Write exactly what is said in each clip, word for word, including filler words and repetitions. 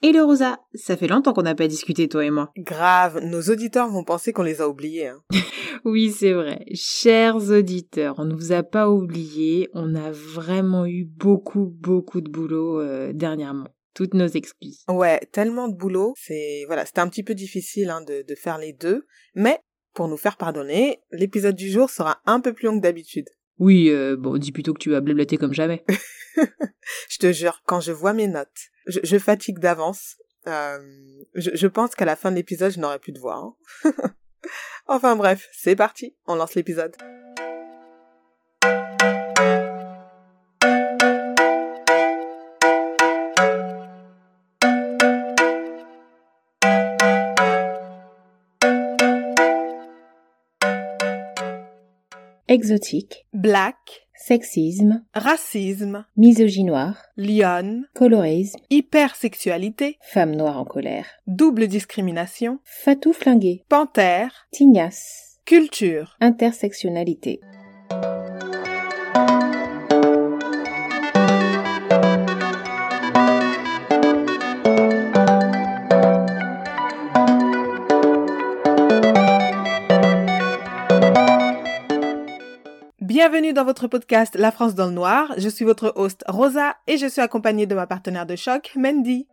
Hello Rosa, ça fait longtemps qu'on n'a pas discuté toi et moi. Grave, nos auditeurs vont penser qu'on les a oubliés. Hein. Oui, c'est vrai. Chers auditeurs, on ne vous a pas oubliés, on a vraiment eu beaucoup, beaucoup de boulot euh, dernièrement. Toutes nos excuses. Ouais, tellement de boulot, c'est voilà, c'était un petit peu difficile hein, de, de faire les deux, mais pour nous faire pardonner, l'épisode du jour sera un peu plus long que d'habitude. Oui, euh, bon, dis plutôt que tu vas blablater comme jamais. Je te jure, quand je vois mes notes, je, je fatigue d'avance. Euh, je, je pense qu'à la fin de l'épisode, je n'aurai plus de voix. Hein. Enfin bref, c'est parti, on lance l'épisode. Exotique, Black, sexisme, racisme, misogynoir, lionne, colorisme, hypersexualité, femme noire en colère, double discrimination, fatou flingué, panthère, tignasse, culture. intersectionnalité. Bienvenue dans votre podcast La France dans le Noir. Je suis votre host Rosa et je suis accompagnée de ma partenaire de choc, Mandy.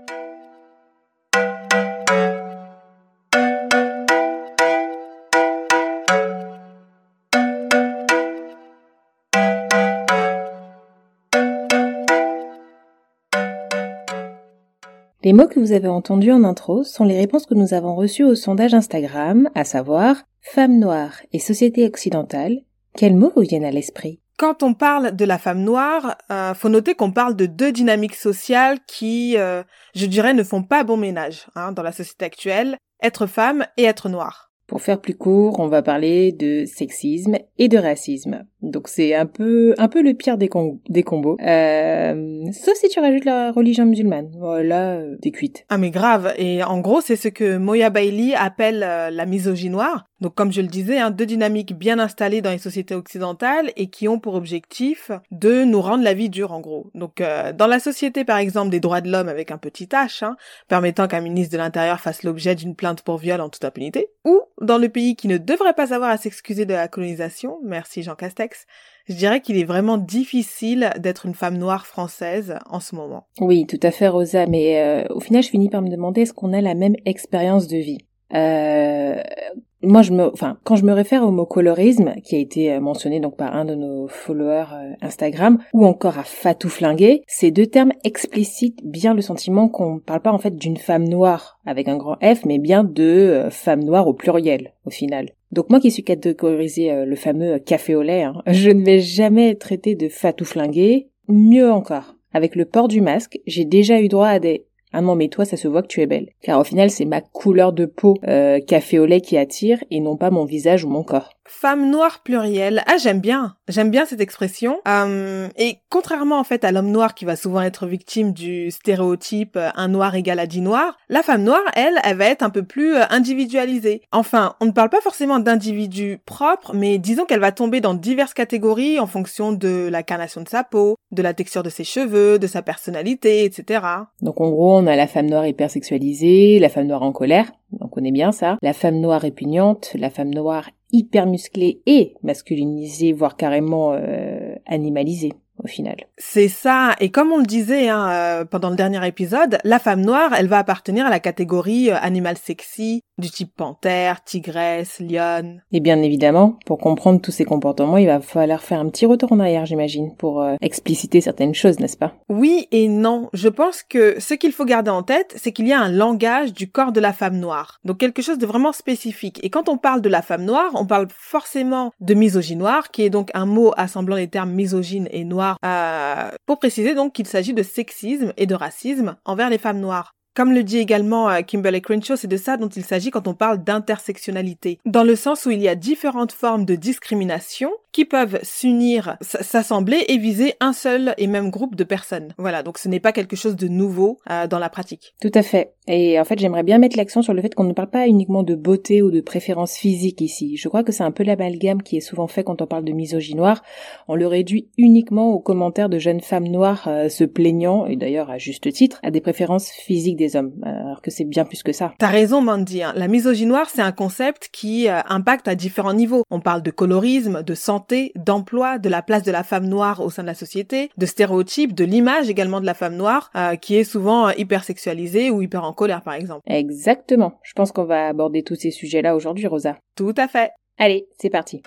Les mots que vous avez entendus en intro sont les réponses que nous avons reçues au sondage Instagram, à savoir femme noire et société occidentale. Quels mots vous viennent à l'esprit ? Quand on parle de la femme noire, euh, faut noter qu'on parle de deux dynamiques sociales qui, euh, je dirais, ne font pas bon ménage hein, dans la société actuelle, être femme et être noire. Pour faire plus court, on va parler de sexisme et de racisme. Donc c'est un peu un peu le pire des, com- des combos. Euh, sauf si tu rajoutes la religion musulmane. Voilà, euh, t'es cuite. Ah mais grave, et en gros c'est ce que Moya Bailey appelle euh, la misogynoire. Donc comme je le disais, hein, deux dynamiques bien installées dans les sociétés occidentales et qui ont pour objectif de nous rendre la vie dure en gros. Donc euh, dans la société par exemple des droits de l'homme avec un petit H, hein, permettant qu'un ministre de l'Intérieur fasse l'objet d'une plainte pour viol en toute impunité, ou dans le pays qui ne devrait pas avoir à s'excuser de la colonisation, merci Jean Castex, je dirais qu'il est vraiment difficile d'être une femme noire française en ce moment. Oui, tout à fait Rosa, mais euh, au final je finis par me demander est-ce qu'on a la même expérience de vie. Euh, moi, je me, enfin, quand je me réfère au mot colorisme, qui a été mentionné donc par un de nos followers euh, Instagram, ou encore à fatou flingué, ces deux termes explicitent bien le sentiment qu'on ne parle pas en fait d'une femme noire avec un grand F, mais bien de euh, femme noire au pluriel, au final. Donc moi qui suis catégorisée euh, le fameux café au lait, hein, je ne vais jamais traiter de fatou flingué. Mieux encore, avec le port du masque, j'ai déjà eu droit à des ah non mais toi ça se voit que tu es belle. Car au final c'est ma couleur de peau euh, café au lait qui attire et non pas mon visage ou mon corps. Femme noire plurielle, ah j'aime bien, j'aime bien cette expression. Euh, et contrairement en fait à l'homme noir qui va souvent être victime du stéréotype euh, un noir égale à dix noirs, la femme noire elle, elle va être un peu plus euh, individualisée. Enfin, on ne parle pas forcément d'individu propre, mais disons qu'elle va tomber dans diverses catégories en fonction de la carnation de sa peau, de la texture de ses cheveux, de sa personnalité, et cetera. Donc en gros on a la femme noire hypersexualisée, la femme noire en colère, on connaît bien ça, la femme noire répugnante, la femme noire hyper musclée et masculinisée, voire carrément euh, animalisée au final. C'est ça, et comme on le disait hein, euh, pendant le dernier épisode, la femme noire, elle va appartenir à la catégorie euh, animal sexy, du type panthère, tigresse, lionne. Et bien évidemment, pour comprendre tous ces comportements, il va falloir faire un petit retour en arrière, j'imagine, pour euh, expliciter certaines choses, n'est-ce pas ? Oui et non. Je pense que ce qu'il faut garder en tête, c'est qu'il y a un langage du corps de la femme noire. Donc quelque chose de vraiment spécifique. Et quand on parle de la femme noire, on parle forcément de misogynoire, qui est donc un mot assemblant les termes misogyne et noir, euh, pour préciser donc qu'il s'agit de sexisme et de racisme envers les femmes noires. Comme le dit également euh, Kimberly Crenshaw, c'est de ça dont il s'agit quand on parle d'intersectionnalité, dans le sens où il y a différentes formes de discrimination qui peuvent s'unir, s'assembler et viser un seul et même groupe de personnes. Voilà, donc ce n'est pas quelque chose de nouveau euh, dans la pratique. Tout à fait. Et en fait, j'aimerais bien mettre l'accent sur le fait qu'on ne parle pas uniquement de beauté ou de préférence physique ici. Je crois que c'est un peu l'amalgame qui est souvent fait quand on parle de misogynie noire. On le réduit uniquement aux commentaires de jeunes femmes noires euh, se plaignant, et d'ailleurs à juste titre, à des préférences physiques des hommes, alors que c'est bien plus que ça. T'as raison, Mandy. Hein. La misogynie noire, c'est un concept qui euh, impacte à différents niveaux. On parle de colorisme, de santé, d'emploi, de la place de la femme noire au sein de la société, de stéréotypes, de l'image également de la femme noire, euh, qui est souvent euh, hyper sexualisée ou hyper en colère, par exemple. Exactement. Je pense qu'on va aborder tous ces sujets-là aujourd'hui, Rosa. Tout à fait. Allez, c'est parti.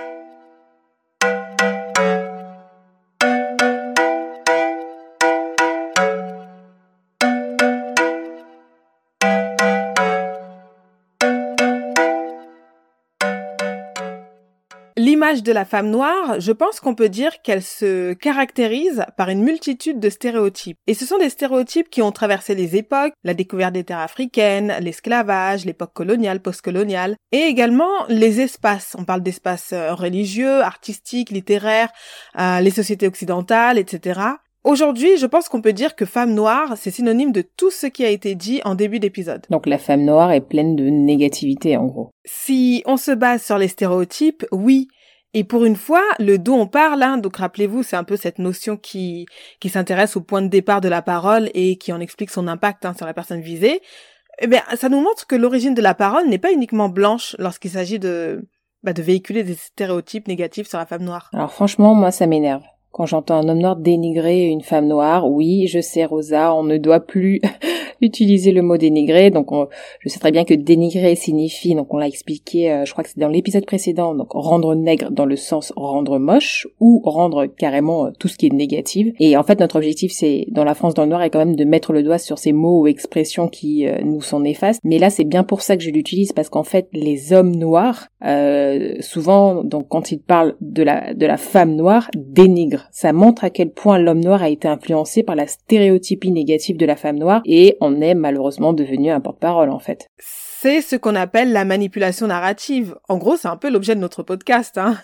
L'image de la femme noire, je pense qu'on peut dire qu'elle se caractérise par une multitude de stéréotypes. Et ce sont des stéréotypes qui ont traversé les époques, la découverte des terres africaines, l'esclavage, l'époque coloniale, postcoloniale, et également les espaces. On parle d'espaces religieux, artistiques, littéraires, euh, les sociétés occidentales, et cetera. Aujourd'hui, je pense qu'on peut dire que femme noire, c'est synonyme de tout ce qui a été dit en début d'épisode. Donc la femme noire est pleine de négativité, en gros. Si on se base sur les stéréotypes, oui. Et pour une fois, le dont on parle, hein, donc rappelez-vous, c'est un peu cette notion qui qui s'intéresse au point de départ de la parole et qui en explique son impact hein, sur la personne visée. Eh bien, ça nous montre que l'origine de la parole n'est pas uniquement blanche lorsqu'il s'agit de bah, de véhiculer des stéréotypes négatifs sur la femme noire. Alors franchement, moi, ça m'énerve. Quand j'entends un homme noir dénigrer une femme noire, oui, je sais, Rosa, on ne doit plus utiliser le mot dénigrer. Donc, on, je sais très bien que dénigrer signifie, donc on l'a expliqué, euh, je crois que c'est dans l'épisode précédent, donc rendre nègre dans le sens rendre moche ou rendre carrément euh, tout ce qui est négatif. Et en fait, notre objectif, c'est, dans la France dans le noir, est quand même de mettre le doigt sur ces mots ou expressions qui euh, nous sont néfastes. Mais là, c'est bien pour ça que je l'utilise, parce qu'en fait, les hommes noirs, euh, souvent, donc quand ils parlent de la de la femme noire, dénigrent. Ça montre à quel point l'homme noir a été influencé par la stéréotypie négative de la femme noire et on est malheureusement devenu un porte-parole en fait. C'est ce qu'on appelle la manipulation narrative. En gros, c'est un peu l'objet de notre podcast. Hein.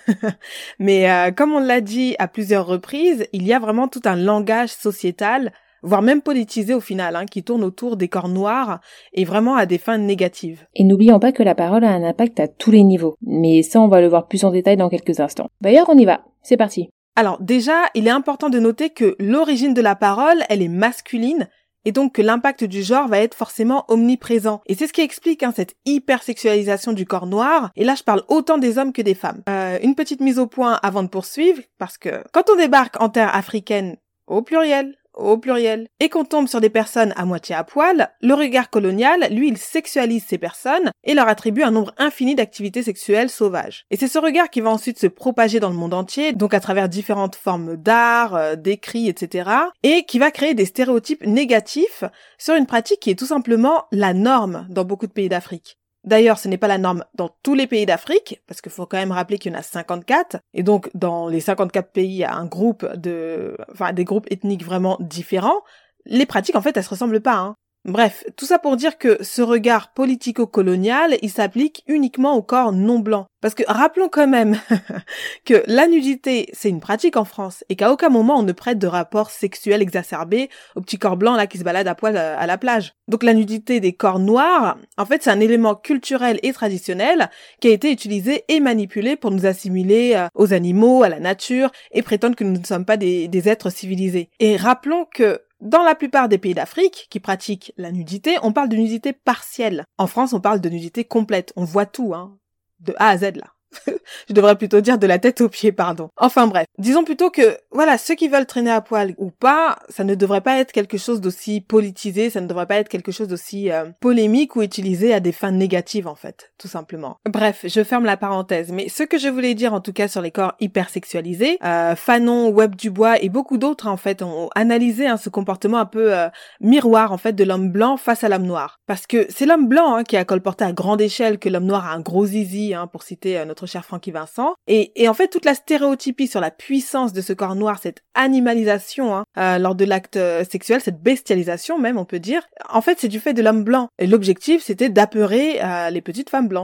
Mais euh, comme on l'a dit à plusieurs reprises, il y a vraiment tout un langage sociétal, voire même politisé au final, hein, qui tourne autour des corps noirs et vraiment à des fins négatives. Et n'oublions pas que la parole a un impact à tous les niveaux. Mais ça, on va le voir plus en détail dans quelques instants. D'ailleurs, on y va. C'est parti. Alors déjà, il est important de noter que l'origine de la parole, elle est masculine, et donc que l'impact du genre va être forcément omniprésent. Et c'est ce qui explique hein, cette hypersexualisation du corps noir, et là je parle autant des hommes que des femmes. Euh, une petite mise au point avant de poursuivre, parce que quand on débarque en terre africaine, au pluriel, au pluriel, et qu'on tombe sur des personnes à moitié à poil, le regard colonial, lui, il sexualise ces personnes et leur attribue un nombre infini d'activités sexuelles sauvages. Et c'est ce regard qui va ensuite se propager dans le monde entier, donc à travers différentes formes d'art, euh, d'écrit, et cetera, et qui va créer des stéréotypes négatifs sur une pratique qui est tout simplement la norme dans beaucoup de pays d'Afrique. D'ailleurs, ce n'est pas la norme dans tous les pays d'Afrique, parce qu'il faut quand même rappeler qu'il y en a cinquante-quatre, et donc dans les cinquante-quatre pays, il y a un groupe de, enfin des groupes ethniques vraiment différents. Les pratiques, en fait, elles se ressemblent pas, hein. Bref, tout ça pour dire que ce regard politico-colonial, il s'applique uniquement aux corps non blancs. Parce que rappelons quand même que la nudité, c'est une pratique en France, et qu'à aucun moment on ne prête de rapports sexuels exacerbés aux petits corps blancs là qui se baladent à poil à la plage. Donc la nudité des corps noirs, en fait, c'est un élément culturel et traditionnel qui a été utilisé et manipulé pour nous assimiler aux animaux, à la nature, et prétendre que nous ne sommes pas des, des êtres civilisés. Et rappelons que dans la plupart des pays d'Afrique qui pratiquent la nudité, on parle de nudité partielle. En France, on parle de nudité complète. On voit tout, hein. De A à Z, là. Je devrais plutôt dire de la tête aux pieds, pardon. Enfin bref, disons plutôt que, voilà, ceux qui veulent traîner à poil ou pas, ça ne devrait pas être quelque chose d'aussi politisé, ça ne devrait pas être quelque chose d'aussi euh, polémique ou utilisé à des fins négatives, en fait, tout simplement. Bref, je ferme la parenthèse, mais ce que je voulais dire, en tout cas, sur les corps hypersexualisés, euh, Fanon, Webb Dubois et beaucoup d'autres, en fait, ont analysé hein, ce comportement un peu euh, miroir, en fait, de l'homme blanc face à l'homme noir. Parce que c'est l'homme blanc hein, qui a colporté à grande échelle que l'homme noir a un gros zizi, hein, pour citer euh, notre cher Francky Vincent, et, et en fait toute la stéréotypie sur la puissance de ce corps noir, cette animalisation hein, euh, lors de l'acte euh, sexuel, cette bestialisation même on peut dire, en fait c'est du fait de l'homme blanc, et l'objectif c'était d'apeurer euh, les petites femmes blanches.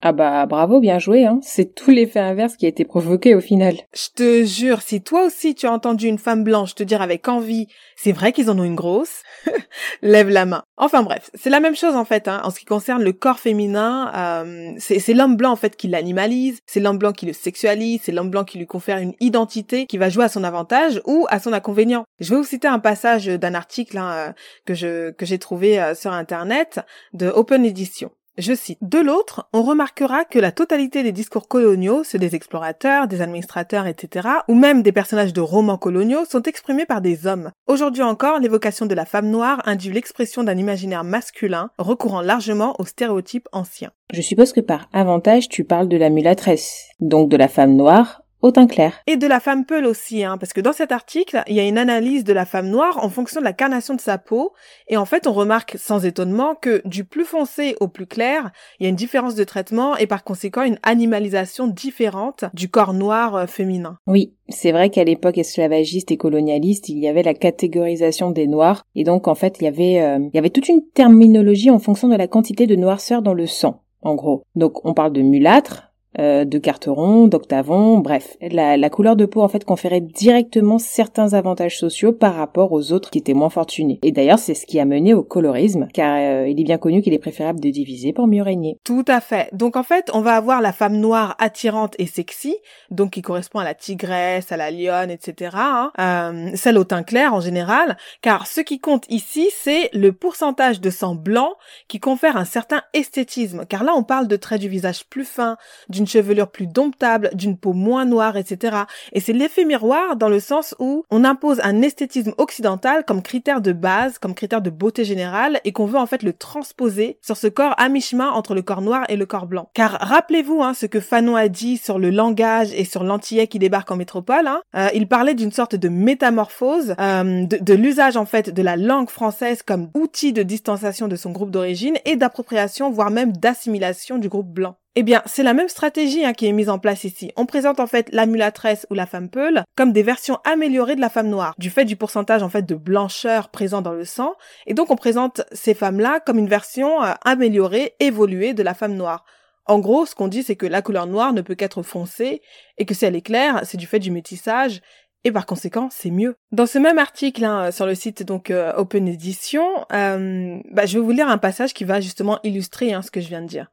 Ah bah bravo, bien joué, hein. C'est tout l'effet inverse qui a été provoqué au final. Je te jure, si toi aussi tu as entendu une femme blanche te dire avec envie « c'est vrai qu'ils en ont une grosse », lève la main. Enfin bref, c'est la même chose en fait, hein, en ce qui concerne le corps féminin. Euh, c'est, c'est l'homme blanc en fait qui l'animalise, c'est l'homme blanc qui le sexualise, c'est l'homme blanc qui lui confère une identité qui va jouer à son avantage ou à son inconvénient. Je vais vous citer un passage d'un article hein, euh, que je que j'ai trouvé euh, sur internet de Open Edition. Je cite, « De l'autre, on remarquera que la totalité des discours coloniaux, ceux des explorateurs, des administrateurs, et cetera, ou même des personnages de romans coloniaux, sont exprimés par des hommes. Aujourd'hui encore, l'évocation de la femme noire induit l'expression d'un imaginaire masculin, recourant largement aux stéréotypes anciens. » Je suppose que par avantage, tu parles de la mulâtresse, donc de la femme noire, au teint clair. Et de la femme peule aussi, hein, parce que dans cet article, il y a une analyse de la femme noire en fonction de la carnation de sa peau, et en fait, on remarque sans étonnement que du plus foncé au plus clair, il y a une différence de traitement et par conséquent une animalisation différente du corps noir euh, féminin. Oui, c'est vrai qu'à l'époque esclavagiste et colonialiste, il y avait la catégorisation des noirs, et donc en fait, il y avait, euh, il y avait toute une terminologie en fonction de la quantité de noirceur dans le sang, en gros. Donc on parle de mulâtre, Euh, de carteron, d'octavon, bref. La, la couleur de peau, en fait, conférait directement certains avantages sociaux par rapport aux autres qui étaient moins fortunés. Et d'ailleurs, c'est ce qui a mené au colorisme, car euh, il est bien connu qu'il est préférable de diviser pour mieux régner. Tout à fait. Donc, en fait, on va avoir la femme noire attirante et sexy, donc qui correspond à la tigresse, à la lionne, et cetera, hein, euh, celle au teint clair en général, car ce qui compte ici, c'est le pourcentage de sang blanc qui confère un certain esthétisme, car là, on parle de traits du visage plus fins, d'une chevelure plus domptable, d'une peau moins noire, et cetera. Et c'est l'effet miroir dans le sens où on impose un esthétisme occidental comme critère de base, comme critère de beauté générale, et qu'on veut en fait le transposer sur ce corps à mi-chemin entre le corps noir et le corps blanc. Car rappelez-vous hein, ce que Fanon a dit sur le langage et sur l'antillais qui débarque en métropole. Hein. Euh, il parlait d'une sorte de métamorphose, euh, de, de l'usage en fait de la langue française comme outil de distanciation de son groupe d'origine et d'appropriation, voire même d'assimilation du groupe blanc. Eh bien, c'est la même stratégie hein, qui est mise en place ici. On présente en fait la mulâtresse ou la femme peule comme des versions améliorées de la femme noire, du fait du pourcentage en fait de blancheur présent dans le sang, et donc on présente ces femmes-là comme une version euh, améliorée, évoluée de la femme noire. En gros, ce qu'on dit, c'est que la couleur noire ne peut qu'être foncée, et que si elle est claire, c'est du fait du métissage, et par conséquent, c'est mieux. Dans ce même article, hein, sur le site donc euh, Open Edition, euh, bah, je vais vous lire un passage qui va justement illustrer hein, ce que je viens de dire.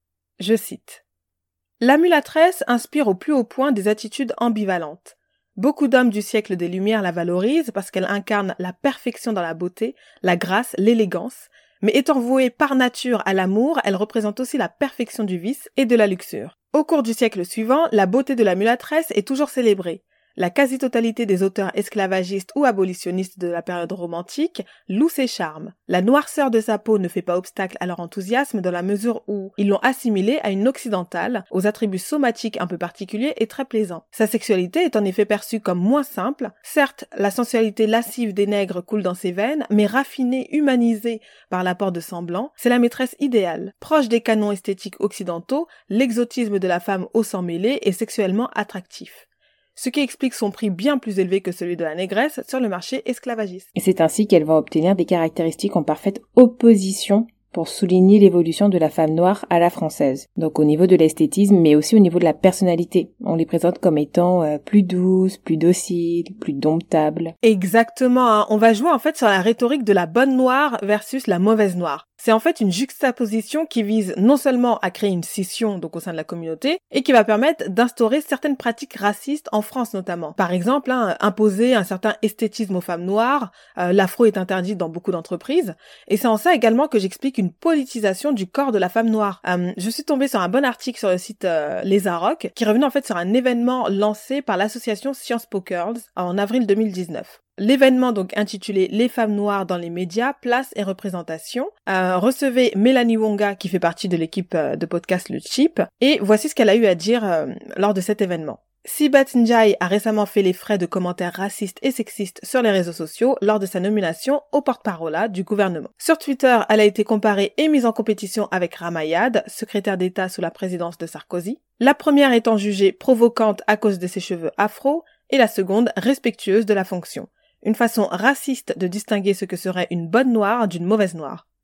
Je cite. « La mulâtresse inspire au plus haut point des attitudes ambivalentes. Beaucoup d'hommes du siècle des Lumières la valorisent parce qu'elle incarne la perfection dans la beauté, la grâce, l'élégance, mais étant vouée par nature à l'amour, elle représente aussi la perfection du vice et de la luxure. Au cours du siècle suivant, la beauté de la mulâtresse est toujours célébrée. La quasi-totalité des auteurs esclavagistes ou abolitionnistes de la période romantique louent ses charmes. La noirceur de sa peau ne fait pas obstacle à leur enthousiasme dans la mesure où ils l'ont assimilée à une occidentale, aux attributs somatiques un peu particuliers et très plaisants. Sa sexualité est en effet perçue comme moins simple. Certes, la sensualité lascive des nègres coule dans ses veines, mais raffinée, humanisée par l'apport de sang blanc, c'est la maîtresse idéale. Proche des canons esthétiques occidentaux, l'exotisme de la femme au sang mêlé est sexuellement attractif. Ce qui explique son prix bien plus élevé que celui de la négresse sur le marché esclavagiste. Et c'est ainsi qu'elle va obtenir des caractéristiques en parfaite opposition pour souligner l'évolution de la femme noire à la française. Donc au niveau de l'esthétisme, mais aussi au niveau de la personnalité. On les présente comme étant euh, plus douces, plus dociles, plus domptables. Exactement, hein. On va jouer en fait sur la rhétorique de la bonne noire versus la mauvaise noire. C'est en fait une juxtaposition qui vise non seulement à créer une scission donc au sein de la communauté, et qui va permettre d'instaurer certaines pratiques racistes en France notamment. Par exemple, hein, imposer un certain esthétisme aux femmes noires, euh, l'afro est interdit dans beaucoup d'entreprises, et c'est en ça également que j'explique une politisation du corps de la femme noire. Euh, je suis tombée sur un bon article sur le site euh, Les Arocs, qui revenait en fait sur un événement lancé par l'association Sciences Po Girls en avril deux mille dix-neuf. L'événement donc intitulé « Les femmes noires dans les médias, place et représentation euh, » recevait Mélanie Wonga qui fait partie de l'équipe euh, de podcast Le Chip, et voici ce qu'elle a eu à dire euh, lors de cet événement. Sibat Ndiaye a récemment fait les frais de commentaires racistes et sexistes sur les réseaux sociaux lors de sa nomination au porte-parole du gouvernement. Sur Twitter, elle a été comparée et mise en compétition avec Ramayad, secrétaire d'État sous la présidence de Sarkozy, la première étant jugée provocante à cause de ses cheveux afro et la seconde respectueuse de la fonction. Une façon raciste de distinguer ce que serait une bonne noire d'une mauvaise noire.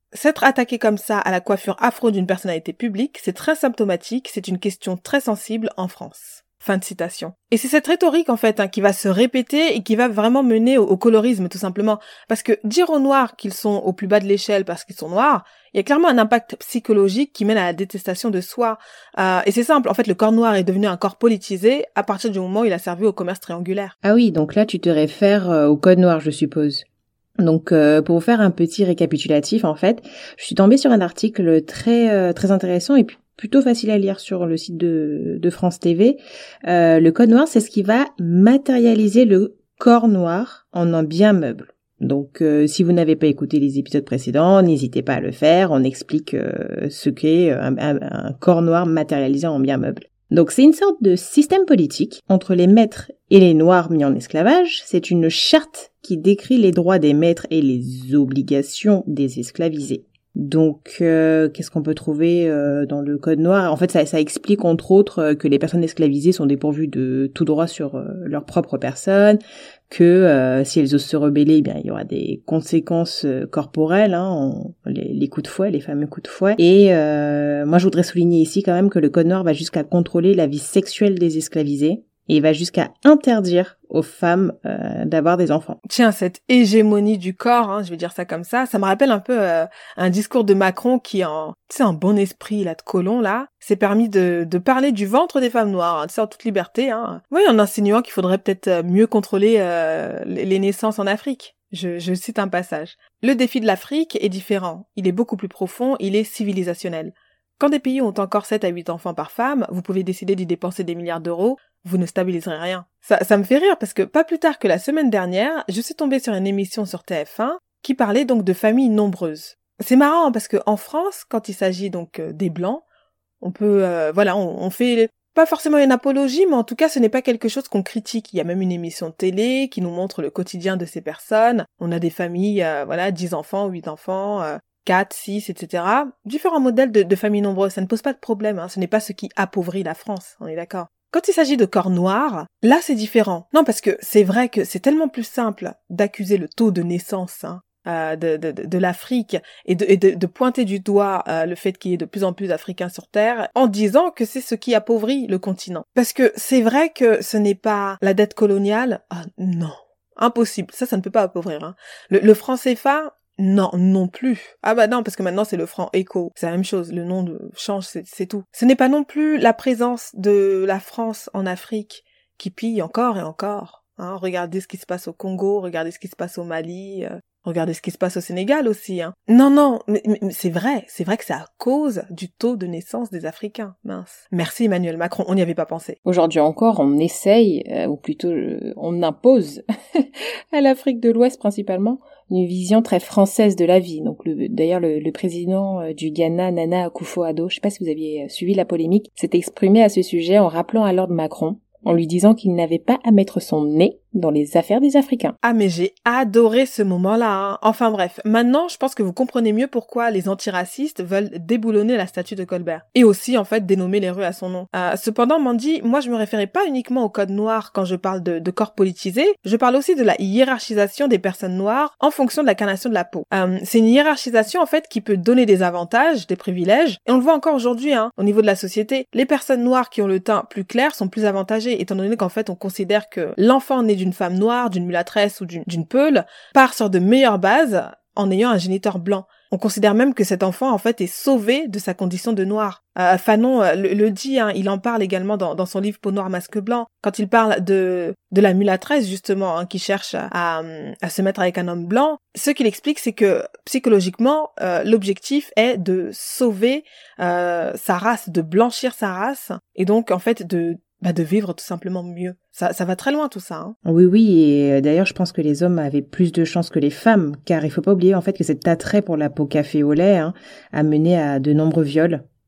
s'être attaqué comme ça à la coiffure afro d'une personnalité publique, c'est très symptomatique, c'est une question très sensible en France. Fin de citation. Et c'est cette rhétorique, en fait, hein, qui va se répéter et qui va vraiment mener au, au colorisme, tout simplement. Parce que dire aux Noirs qu'ils sont au plus bas de l'échelle parce qu'ils sont noirs, il y a clairement un impact psychologique qui mène à la détestation de soi. Euh, et c'est simple, en fait, le corps noir est devenu un corps politisé à partir du moment où il a servi au commerce triangulaire. Ah oui, donc là, tu te réfères euh, au code noir, je suppose. Donc, euh, pour vous faire un petit récapitulatif, en fait, je suis tombée sur un article très euh, très intéressant et puis plutôt facile à lire sur le site de, de France T V. Euh, le code noir, c'est ce qui va matérialiser le corps noir en un bien meuble. Donc, euh, si vous n'avez pas écouté les épisodes précédents, n'hésitez pas à le faire. On explique euh, ce qu'est un, un, un corps noir matérialisé en bien meuble. Donc, c'est une sorte de système politique entre les maîtres et les noirs mis en esclavage. C'est une charte qui décrit les droits des maîtres et les obligations des esclavisés. Donc, euh, qu'est-ce qu'on peut trouver euh, dans le code noir ? En fait, ça, ça explique entre autres euh, que les personnes esclavisées sont dépourvues de tout droit sur euh, leur propre personne, que euh, si elles osent se rebeller, eh bien il y aura des conséquences euh, corporelles, hein, on, les, les coups de fouet, les fameux coups de fouet. Et euh, moi, je voudrais souligner ici quand même que le code noir va jusqu'à contrôler la vie sexuelle des esclavisés. Et il va jusqu'à interdire aux femmes euh, d'avoir des enfants. Tiens, cette hégémonie du corps, hein, je vais dire ça comme ça, ça me rappelle un peu euh, un discours de Macron qui, en, tu sais, un bon esprit là de colon là, s'est permis de, de parler du ventre des femmes noires, hein, tu sais, en toute liberté. Hein. Oui, en insinuant qu'il faudrait peut-être mieux contrôler euh, les naissances en Afrique. Je, je cite un passage. Le défi de l'Afrique est différent. Il est beaucoup plus profond, il est civilisationnel. Quand des pays ont encore sept à huit enfants par femme, vous pouvez décider d'y dépenser des milliards d'euros, vous ne stabiliserez rien. Ça, ça me fait rire parce que pas plus tard que la semaine dernière, je suis tombée sur une émission sur T F un qui parlait donc de familles nombreuses. C'est marrant parce que en France, quand il s'agit donc euh, des blancs, on peut, euh, voilà, on, on fait pas forcément une apologie, mais en tout cas, ce n'est pas quelque chose qu'on critique. Il y a même une émission de télé qui nous montre le quotidien de ces personnes. On a des familles, euh, voilà, dix enfants, huit enfants. Euh, quatre, six, et cetera. Différents modèles de, de familles nombreuses, ça ne pose pas de problème, hein. Ce n'est pas ce qui appauvrit la France, on est d'accord. Quand il s'agit de corps noirs, là c'est différent. Non, parce que c'est vrai que c'est tellement plus simple d'accuser le taux de naissance hein, euh, de, de, de, de l'Afrique et, de, et de, de pointer du doigt euh, le fait qu'il y ait de plus en plus d'Africains sur Terre en disant que c'est ce qui appauvrit le continent. Parce que c'est vrai que ce n'est pas la dette coloniale. Ah non, impossible, ça, ça ne peut pas appauvrir. Hein. Le, le franc C F A... Non, non plus. Ah bah non, parce que maintenant c'est le franc éco. C'est la même chose, le nom de... change, c'est, c'est tout. Ce n'est pas non plus la présence de la France en Afrique qui pille encore et encore. Hein, regardez ce qui se passe au Congo, regardez ce qui se passe au Mali, euh, regardez ce qui se passe au Sénégal aussi. Hein. Non, non, mais, mais, mais c'est vrai, c'est vrai que c'est à cause du taux de naissance des Africains. Mince. Merci Emmanuel Macron, on n'y avait pas pensé. Aujourd'hui encore, on essaye, euh, ou plutôt euh, on impose à l'Afrique de l'Ouest principalement, une vision très française de la vie. Donc le, d'ailleurs le, le président du Ghana, Nana Akufo-Addo, je ne sais pas si vous aviez suivi la polémique, s'est exprimé à ce sujet en rappelant à Lord Macron, en lui disant qu'il n'avait pas à mettre son nez dans les affaires des Africains. Ah mais j'ai adoré ce moment-là. Hein. Enfin bref, maintenant je pense que vous comprenez mieux pourquoi les antiracistes veulent déboulonner la statue de Colbert. Et aussi en fait dénommer les rues à son nom. Euh, cependant Mandy, moi je me référais pas uniquement au code noir quand je parle de, de corps politisés, je parle aussi de la hiérarchisation des personnes noires en fonction de la carnation de la peau. Euh, c'est une hiérarchisation en fait qui peut donner des avantages, des privilèges, et on le voit encore aujourd'hui hein, au niveau de la société. Les personnes noires qui ont le teint plus clair sont plus avantagées, étant donné qu'en fait on considère que l'enfant né d'une femme noire, d'une mulâtresse ou d'une, d'une peule, part sur de meilleures bases en ayant un géniteur blanc. On considère même que cet enfant, en fait, est sauvé de sa condition de noir. Euh, Fanon euh, le, le dit, hein, il en parle également dans, dans son livre Peau noire, masque blanc, quand il parle de, de la mulâtresse, justement, hein, qui cherche à, à, à se mettre avec un homme blanc. Ce qu'il explique, c'est que, psychologiquement, euh, l'objectif est de sauver euh, sa race, de blanchir sa race, et donc, en fait, de Bah de vivre tout simplement mieux. Ça, ça va très loin tout ça. Hein. Oui, oui, et d'ailleurs je pense que les hommes avaient plus de chances que les femmes, car il faut pas oublier en fait que cet attrait pour la peau café au lait hein, a mené à de nombreux viols.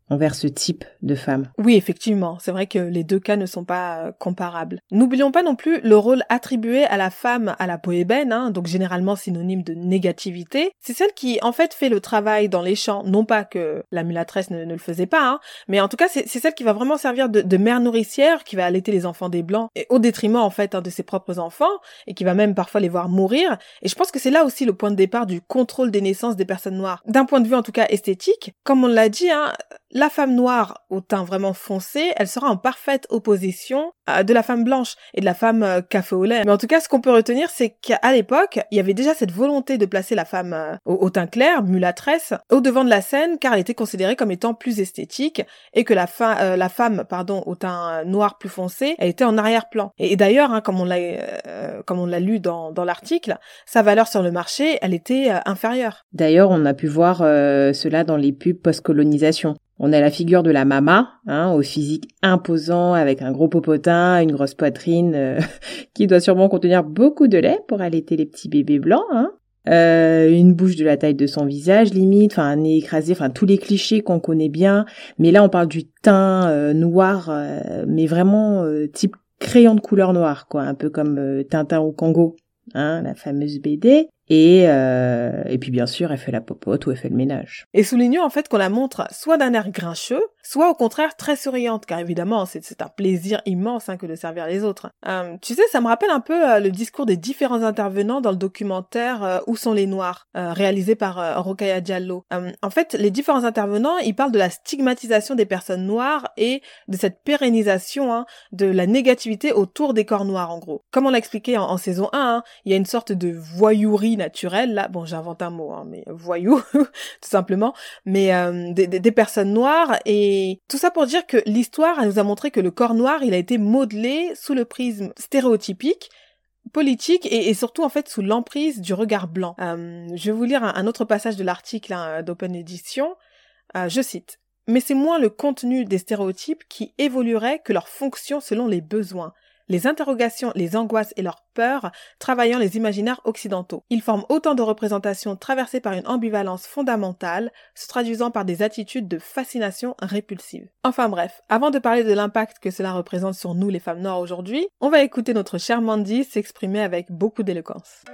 envers ce type de femme. Oui, effectivement, c'est vrai que les deux cas ne sont pas euh, comparables. N'oublions pas non plus le rôle attribué à la femme à la peau ébène, hein, donc généralement synonyme de négativité. C'est celle qui, en fait, fait le travail dans les champs, non pas que la mulâtresse ne, ne le faisait pas, hein, mais en tout cas, c'est, c'est celle qui va vraiment servir de, de mère nourricière, qui va allaiter les enfants des Blancs, et au détriment, en fait, hein, de ses propres enfants, et qui va même parfois les voir mourir. Et je pense que c'est là aussi le point de départ du contrôle des naissances des personnes noires. D'un point de vue, en tout cas, esthétique, comme on l'a dit, hein, la femme noire au teint vraiment foncé, elle sera en parfaite opposition euh, de la femme blanche et de la femme euh, café au lait. Mais en tout cas, ce qu'on peut retenir, c'est qu'à l'époque, il y avait déjà cette volonté de placer la femme euh, au, au teint clair, mulâtresse, au devant de la scène, car elle était considérée comme étant plus esthétique, et que la, fa- euh, la femme, pardon, au teint euh, noir plus foncé, elle était en arrière-plan. Et, et d'ailleurs, hein, comme on l'a, euh, comme on l'a lu dans, dans l'article, sa valeur sur le marché, elle était euh, inférieure. D'ailleurs, on a pu voir euh, cela dans les pubs post-colonisation. On a la figure de la mama, hein, au physique imposant, avec un gros popotin, une grosse poitrine, euh, qui doit sûrement contenir beaucoup de lait pour allaiter les petits bébés blancs, hein. Euh, une bouche de la taille de son visage, limite, enfin un nez écrasé, enfin tous les clichés qu'on connaît bien. Mais là, on parle du teint euh, noir, euh, mais vraiment euh, type crayon de couleur noire, quoi, un peu comme euh, Tintin au Congo, hein, la fameuse B D. Et, euh, et puis bien sûr, elle fait la popote ou elle fait le ménage. Et soulignons en fait qu'on la montre soit d'un air grincheux, soit au contraire très souriante, car évidemment c'est, c'est un plaisir immense hein, que de servir les autres. Euh, tu sais, ça me rappelle un peu euh, le discours des différents intervenants dans le documentaire euh, Où sont les Noirs, euh, réalisé par euh, Rokhaya Diallo. Euh, en fait, les différents intervenants, ils parlent de la stigmatisation des personnes noires et de cette pérennisation hein, de la négativité autour des corps noirs en gros. Comme on l'a expliqué en, en saison un, hein, il y a une sorte de voyourie naturelle, là, bon j'invente un mot, hein, mais voyou, tout simplement, mais euh, des, des, des personnes noires, et tout ça pour dire que l'histoire elle nous a montré que le corps noir, il a été modelé sous le prisme stéréotypique, politique, et, et surtout en fait sous l'emprise du regard blanc. Euh, je vais vous lire un, un autre passage de l'article hein, d'Open Edition, euh, je cite. « Mais c'est moins le contenu des stéréotypes qui évoluerait que leur fonction selon les besoins. Les interrogations, les angoisses et leurs peurs travaillant les imaginaires occidentaux. Ils forment autant de représentations traversées par une ambivalence fondamentale, se traduisant par des attitudes de fascination répulsive. » Enfin bref, avant de parler de l'impact que cela représente sur nous les femmes noires aujourd'hui, on va écouter notre chère Mandy s'exprimer avec beaucoup d'éloquence.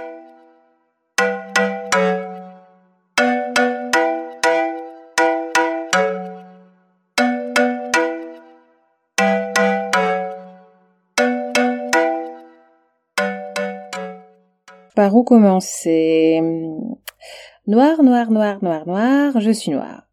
Par où commencer? Noir, noir, noir, noir, noir, je suis noire.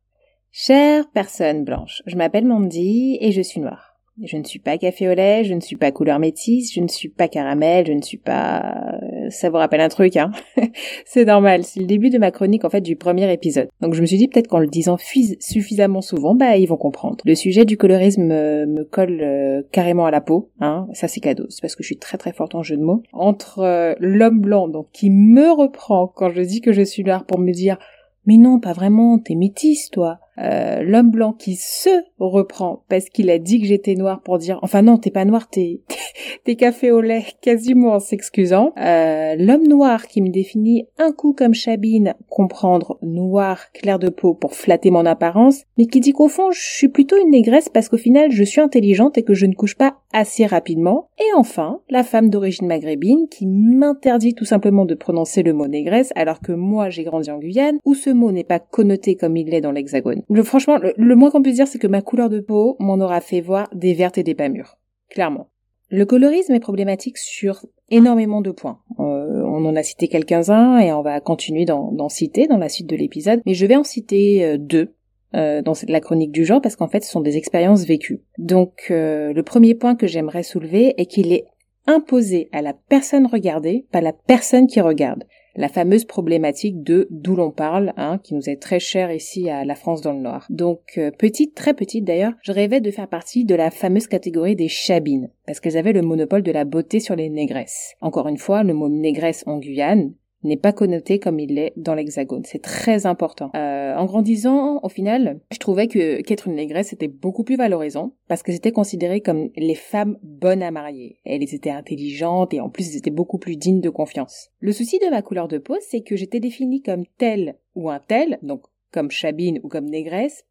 Chère personne blanche, je m'appelle Mandy et je suis noire. Je ne suis pas café au lait, je ne suis pas couleur métisse, je ne suis pas caramel, je ne suis pas... Ça vous rappelle un truc, hein? C'est normal, c'est le début de ma chronique, en fait, du premier épisode. Donc je me suis dit, peut-être qu'en le disant fus- suffisamment souvent, bah, ils vont comprendre. Le sujet du colorisme euh, me colle euh, carrément à la peau, hein? Ça, c'est cadeau, c'est parce que je suis très très forte en jeu de mots. Entre euh, l'homme blanc, donc, qui me reprend quand je dis que je suis noire pour me dire... Mais non, pas vraiment, t'es métisse, toi. Euh, l'homme blanc qui se reprend parce qu'il a dit que j'étais noire pour dire... Enfin non, t'es pas noire, t'es, t'es, t'es café au lait, quasiment en s'excusant. Euh, l'homme noir qui me définit un coup comme Chabine, comprendre noir, clair de peau pour flatter mon apparence, mais qui dit qu'au fond, je suis plutôt une négresse parce qu'au final, je suis intelligente et que je ne couche pas assez rapidement. Et enfin, la femme d'origine maghrébine qui m'interdit tout simplement de prononcer le mot négresse alors que moi, j'ai grandi en Guyane, où ce mot n'est pas connoté comme il l'est dans l'Hexagone. Le, franchement, le, le moins qu'on puisse dire, c'est que ma couleur de peau m'en aura fait voir des vertes et des pas mûres. Clairement. Le colorisme est problématique sur énormément de points. Euh, on en a cité quelques-uns et on va continuer d'en, d'en citer dans la suite de l'épisode. Mais je vais en citer euh, deux euh, dans la chronique du genre parce qu'en fait, ce sont des expériences vécues. Donc, euh, le premier point que j'aimerais soulever est qu'il est imposé à la personne regardée, pas la personne qui regarde. La fameuse problématique de d'où l'on parle, hein, qui nous est très chère ici à la France dans le Nord. Donc, euh, petite, très petite d'ailleurs, je rêvais de faire partie de la fameuse catégorie des chabines, parce qu'elles avaient le monopole de la beauté sur les négresses. Encore une fois, le mot négresse en Guyane n'est pas connoté comme il l'est dans l'Hexagone. C'est très important. Euh, en grandissant, au final, je trouvais que qu'être une négresse était beaucoup plus valorisant parce que c'était considéré comme les femmes bonnes à marier. Elles étaient intelligentes et en plus elles étaient beaucoup plus dignes de confiance. Le souci de ma couleur de peau, c'est que j'étais définie comme telle ou un tel, donc comme chabine ou comme négresse,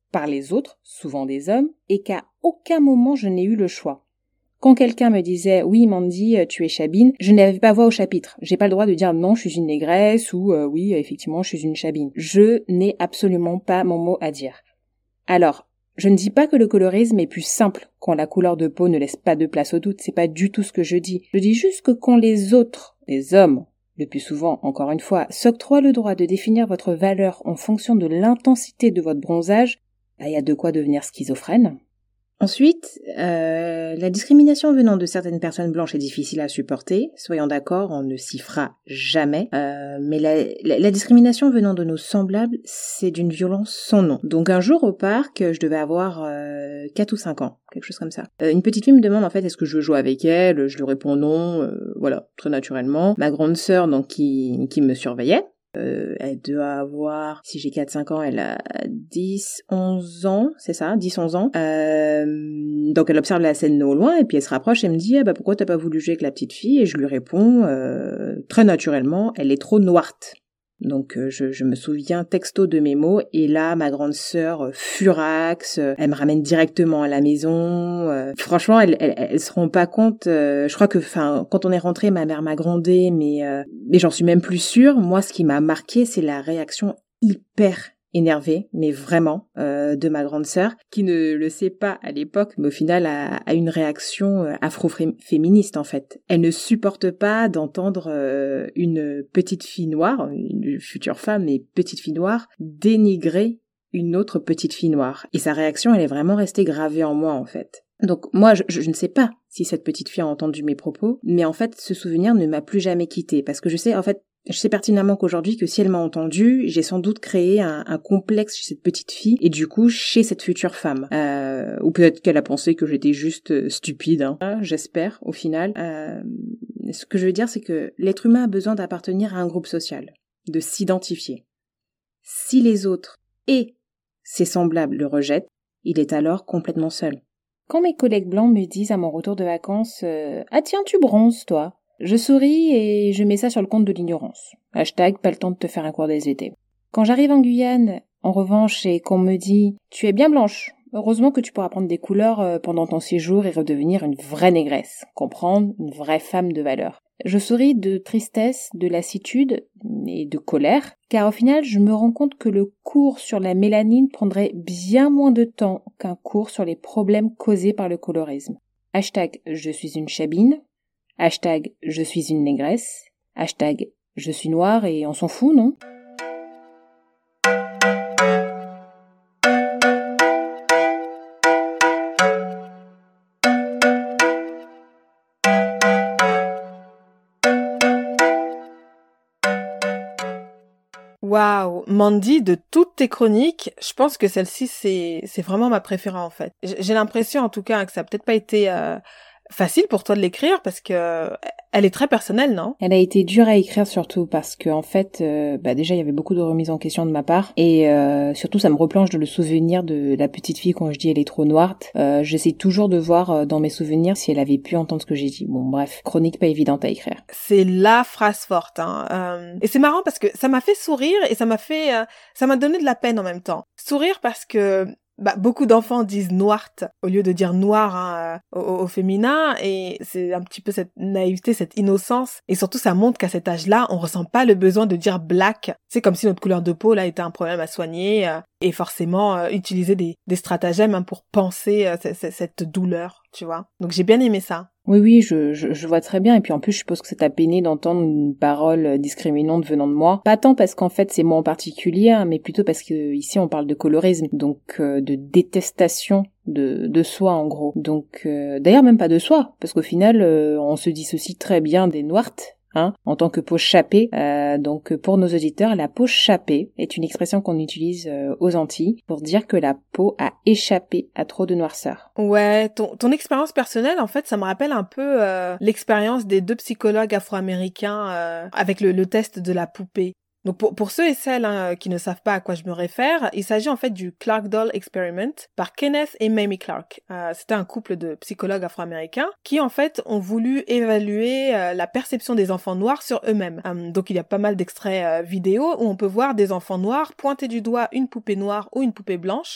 par les autres, souvent des hommes, et qu'à aucun moment je n'ai eu le choix. Quand quelqu'un me disait « Oui, Mandy, tu es chabine », je n'avais pas voix au chapitre. J'ai pas le droit de dire « Non, je suis une négresse » ou euh, « Oui, effectivement, je suis une chabine ». Je n'ai absolument pas mon mot à dire. Alors, je ne dis pas que le colorisme est plus simple quand la couleur de peau ne laisse pas de place au doute, c'est pas du tout ce que je dis. Je dis juste que quand les autres, les hommes, le plus souvent, encore une fois, s'octroient le droit de définir votre valeur en fonction de l'intensité de votre bronzage, bah, y a de quoi devenir schizophrène. Ensuite, euh, la discrimination venant de certaines personnes blanches est difficile à supporter. Soyons d'accord, on ne s'y fera jamais. Euh, mais la, la, la discrimination venant de nos semblables, c'est d'une violence sans nom. Donc un jour au parc, je devais avoir euh, quatre ou cinq ans, quelque chose comme ça. Euh, une petite fille me demande en fait est-ce que je veux jouer avec elle. Je lui réponds non, euh, voilà, très naturellement. Ma grande sœur, donc qui, qui me surveillait, Euh, elle doit avoir, si j'ai quatre cinq ans, elle a dix onze ans, c'est ça, dix onze ans. Euh, donc elle observe la scène au loin et puis elle se rapproche et me dit ah bah pourquoi t'as pas voulu jouer avec la petite fille? Et je lui réponds euh, très naturellement, elle est trop noirte. Donc euh, je, je me souviens texto de mes mots et là ma grande sœur euh, furax, euh, elle me ramène directement à la maison. Euh, franchement, elle, elle, elle se rend pas compte. Euh, je crois que, enfin, quand on est rentré, ma mère m'a grondé, mais euh, mais j'en suis même plus sûre. Moi, ce qui m'a marqué, c'est la réaction hyper énervée, mais vraiment, euh, de ma grande sœur, qui ne le sait pas à l'époque, mais au final a, a une réaction euh, afro-féministe en fait. Elle ne supporte pas d'entendre euh, une petite fille noire, une future femme, mais petite fille noire, dénigrer une autre petite fille noire. Et sa réaction, elle est vraiment restée gravée en moi en fait. Donc moi, je, je ne sais pas si cette petite fille a entendu mes propos, mais en fait, ce souvenir ne m'a plus jamais quittée, parce que je sais, en fait, je sais pertinemment qu'aujourd'hui, que si elle m'a entendu, j'ai sans doute créé un, un complexe chez cette petite fille, et du coup, chez cette future femme. Euh, ou peut-être qu'elle a pensé que j'étais juste stupide, hein. J'espère, au final. Euh, ce que je veux dire, c'est que l'être humain a besoin d'appartenir à un groupe social, de s'identifier. Si les autres et ses semblables le rejettent, il est alors complètement seul. Quand mes collègues blancs me disent à mon retour de vacances euh, « Ah tiens, tu bronzes, toi », je souris et je mets ça sur le compte de l'ignorance. Hashtag pas le temps de te faire un cours des V T. Quand j'arrive en Guyane, en revanche, et qu'on me dit « Tu es bien blanche, heureusement que tu pourras prendre des couleurs pendant ton séjour et redevenir une vraie négresse, comprendre une vraie femme de valeur ». Je souris de tristesse, de lassitude et de colère, car au final, je me rends compte que le cours sur la mélanine prendrait bien moins de temps qu'un cours sur les problèmes causés par le colorisme. Hashtag je suis une chabine, hashtag je suis une négresse, hashtag je suis noire et on s'en fout, non ? Waouh, Mandy, de toutes tes chroniques, je pense que celle-ci, c'est c'est vraiment ma préférée en fait. J'ai l'impression en tout cas que ça a peut-être pas été euh, facile pour toi de l'écrire parce que elle est très personnelle, non? Elle a été dure à écrire surtout parce que en fait, euh, bah déjà il y avait beaucoup de remises en question de ma part et euh, surtout ça me replonge de le souvenir de la petite fille quand je dis elle est trop noirte. Euh, j'essaie toujours de voir euh, dans mes souvenirs si elle avait pu entendre ce que j'ai dit. Bon bref, chronique pas évidente à écrire. C'est la phrase forte, hein. Euh, et c'est marrant parce que ça m'a fait sourire et ça m'a fait, euh, ça m'a donné de la peine en même temps. Sourire parce que bah, beaucoup d'enfants disent noirte au lieu de dire noir hein, au, au féminin et c'est un petit peu cette naïveté, cette innocence et surtout ça montre qu'à cet âge-là, on ressent pas le besoin de dire black. C'est comme si notre couleur de peau là était un problème à soigner euh, et forcément euh, utiliser des, des stratagèmes hein, pour penser euh, c- c- cette douleur, tu vois. Donc j'ai bien aimé ça. Oui, oui, je, je, je vois très bien. Et puis en plus, je suppose que ça t'a peiné d'entendre une parole discriminante venant de moi. Pas tant parce qu'en fait, c'est moi en particulier, hein, mais plutôt parce que ici, on parle de colorisme, donc euh, de détestation de, de soi, en gros. Donc, euh, d'ailleurs, même pas de soi, parce qu'au final, euh, on se dissocie très bien des noirtes, hein, en tant que peau chapée. Euh, donc, pour nos auditeurs, la peau chapée est une expression qu'on utilise euh, aux Antilles pour dire que la peau a échappé à trop de noirceur. Ouais, ton, ton expérience personnelle, en fait, ça me rappelle un peu euh, l'expérience des deux psychologues afro-américains euh, avec le, le test de la poupée. Donc pour, pour ceux et celles hein, qui ne savent pas à quoi je me réfère, il s'agit en fait du Clark Doll Experiment par Kenneth et Mamie Clark. Euh, c'était un couple de psychologues afro-américains qui en fait ont voulu évaluer euh, la perception des enfants noirs sur eux-mêmes. Euh, donc il y a pas mal d'extraits euh, vidéo où on peut voir des enfants noirs pointer du doigt une poupée noire ou une poupée blanche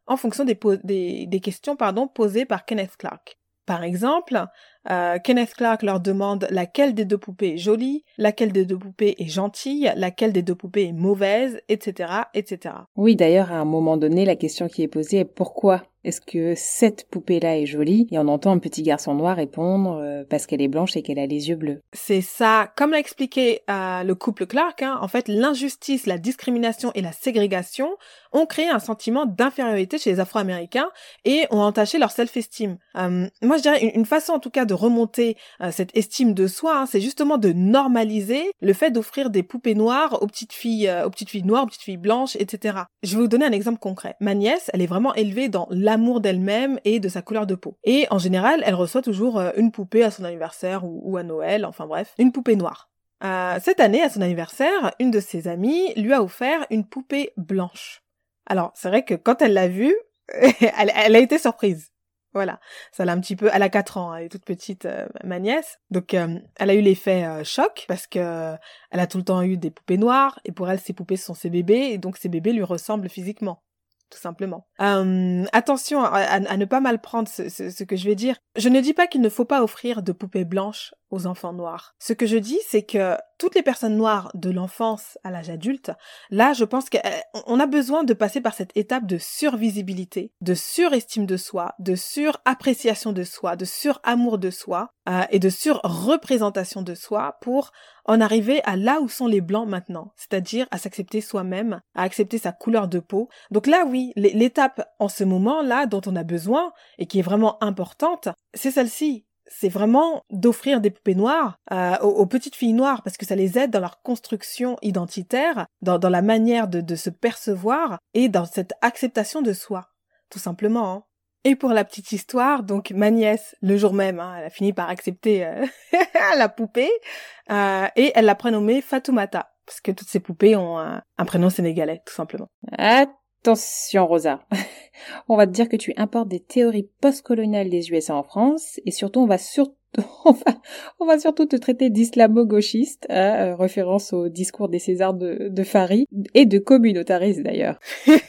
en fonction des, po- des, des questions pardon, posées par Kenneth Clark. Par exemple, euh, Kenneth Clark leur demande laquelle des deux poupées est jolie, laquelle des deux poupées est gentille, laquelle des deux poupées est mauvaise, et cetera, et cetera. Oui, d'ailleurs, à un moment donné, la question qui est posée est pourquoi est-ce que cette poupée-là est jolie? Et on entend un petit garçon noir répondre euh, parce qu'elle est blanche et qu'elle a les yeux bleus. C'est ça, comme l'a expliqué euh, le couple Clark, hein, en fait, l'injustice, la discrimination et la ségrégation ont créé un sentiment d'infériorité chez les Afro-Américains et ont entaché leur self-esteem. Euh, moi, je dirais une, une façon en tout cas de remonter euh, cette estime de soi, hein, c'est justement de normaliser le fait d'offrir des poupées noires aux petites filles, euh, aux petites filles noires, aux petites filles blanches, et cetera. Je vais vous donner un exemple concret. Ma nièce, elle est vraiment élevée dans l'amour d'elle-même et de sa couleur de peau. Et en général, elle reçoit toujours euh, une poupée à son anniversaire ou, ou à Noël, enfin bref, une poupée noire. Euh, cette année, à son anniversaire, une de ses amies lui a offert une poupée blanche. Alors, c'est vrai que quand elle l'a vue, elle, elle a été surprise. Voilà, ça l'a un petit peu, elle a quatre ans, elle est toute petite, euh, ma nièce, donc euh, elle a eu l'effet euh, choc parce que euh, elle a tout le temps eu des poupées noires et pour elle, ces poupées sont ses bébés et donc ces bébés lui ressemblent physiquement. Tout simplement. Euh, attention à, à, à ne pas mal prendre ce, ce, ce que je vais dire. Je ne dis pas qu'il ne faut pas offrir de poupées blanches aux enfants noirs. Ce que je dis, c'est que toutes les personnes noires de l'enfance à l'âge adulte, là, je pense qu'on a besoin de passer par cette étape de survisibilité, de surestime de soi, de surappréciation de soi, de suramour de soi euh, et de surreprésentation de soi pour en arriver à là où sont les blancs maintenant, c'est-à-dire à s'accepter soi-même, à accepter sa couleur de peau. Donc là, oui, l'étape en ce moment-là dont on a besoin et qui est vraiment importante, c'est celle-ci. C'est vraiment d'offrir des poupées noires euh, aux, aux petites filles noires parce que ça les aide dans leur construction identitaire, dans, dans la manière de, de se percevoir et dans cette acceptation de soi, tout simplement. Hein. Et pour la petite histoire, donc ma nièce, le jour même, hein, elle a fini par accepter euh, la poupée euh, et elle l'a prénommée Fatoumata parce que toutes ces poupées ont un, un prénom sénégalais, tout simplement. Attention Rosa, on va te dire que tu importes des théories postcoloniales des U S A en France et surtout on va surtout on va, on va surtout te traiter d'islamo-gauchiste, hein, référence au discours des Césars de, de Fary et de communautariste d'ailleurs.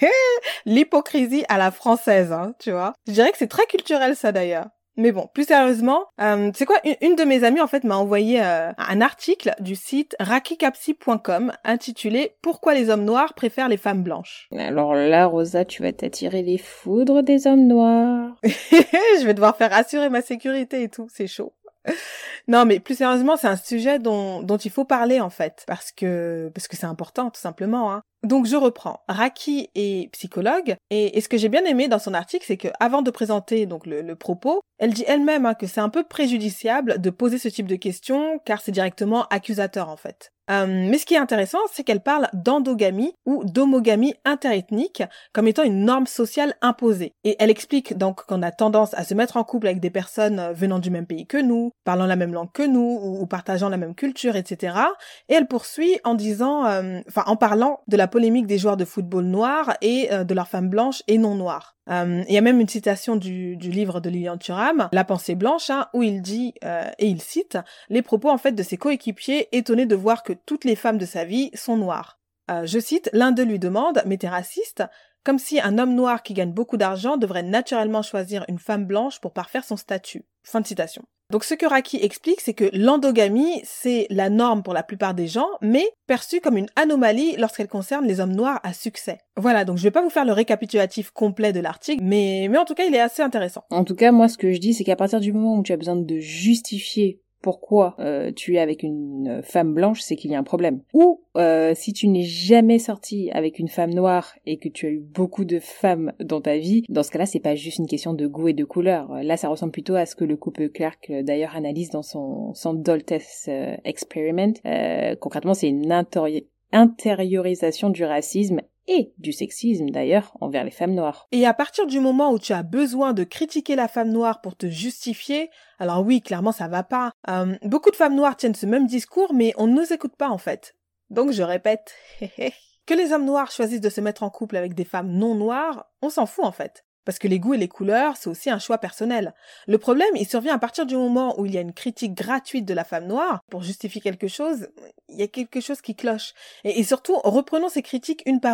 L'hypocrisie à la française, hein, tu vois. Je dirais que c'est très culturel ça d'ailleurs. Mais bon, plus sérieusement, euh, c'est quoi, une, une de mes amies en fait m'a envoyé euh, un article du site rakikapsi point com intitulé « Pourquoi les hommes noirs préfèrent les femmes blanches ?» Alors là, Rosa, tu vas t'attirer les foudres des hommes noirs. Je vais devoir faire assurer ma sécurité et tout, c'est chaud. Non, mais plus sérieusement, c'est un sujet dont, dont il faut parler, en fait, parce que, parce que c'est important, tout simplement, hein. Donc, je reprends. Raki est psychologue, et, et ce que j'ai bien aimé dans son article, c'est que, avant de présenter, donc, le, le propos, elle dit elle-même, hein, que c'est un peu préjudiciable de poser ce type de questions, car c'est directement accusateur, en fait. Euh, mais ce qui est intéressant, c'est qu'elle parle d'endogamie ou d'homogamie interethnique comme étant une norme sociale imposée. Et elle explique donc qu'on a tendance à se mettre en couple avec des personnes venant du même pays que nous, parlant la même langue que nous, ou, ou partageant la même culture, et cetera. Et elle poursuit en disant, euh, enfin en parlant de la polémique des joueurs de football noirs et euh, de leurs femmes blanches et non noires. Euh, il y a même une citation du, du livre de Lilian Thuram, La pensée blanche, hein, où il dit, euh, et il cite, les propos en fait de ses coéquipiers étonnés de voir que toutes les femmes de sa vie sont noires. Euh, je cite, l'un d'eux lui demande, mais t'es raciste ? Comme si un homme noir qui gagne beaucoup d'argent devrait naturellement choisir une femme blanche pour parfaire son statut. Fin de citation. Donc ce que Raki explique, c'est que l'endogamie, c'est la norme pour la plupart des gens, mais perçue comme une anomalie lorsqu'elle concerne les hommes noirs à succès. Voilà, donc je vais pas vous faire le récapitulatif complet de l'article, mais, mais en tout cas, il est assez intéressant. En tout cas, moi, ce que je dis, c'est qu'à partir du moment où tu as besoin de justifier pourquoi euh, tu es avec une femme blanche, c'est qu'il y a un problème. Ou euh, si tu n'es jamais sorti avec une femme noire et que tu as eu beaucoup de femmes dans ta vie, dans ce cas-là, c'est pas juste une question de goût et de couleur. Là, ça ressemble plutôt à ce que le couple Clark, d'ailleurs, analyse dans son, son Doll Test euh, Experiment. Euh, concrètement, c'est une intori- intériorisation du racisme et du sexisme d'ailleurs envers les femmes noires. Et à partir du moment où tu as besoin de critiquer la femme noire pour te justifier, alors oui, clairement ça va pas. Euh, beaucoup de femmes noires tiennent ce même discours, mais on ne nous écoute pas en fait. Donc je répète, que les hommes noirs choisissent de se mettre en couple avec des femmes non noires, on s'en fout en fait. Parce que les goûts et les couleurs, c'est aussi un choix personnel. Le problème, il survient à partir du moment où il y a une critique gratuite de la femme noire pour justifier quelque chose, il y a quelque chose qui cloche. Et, et surtout, reprenons ces critiques une par une.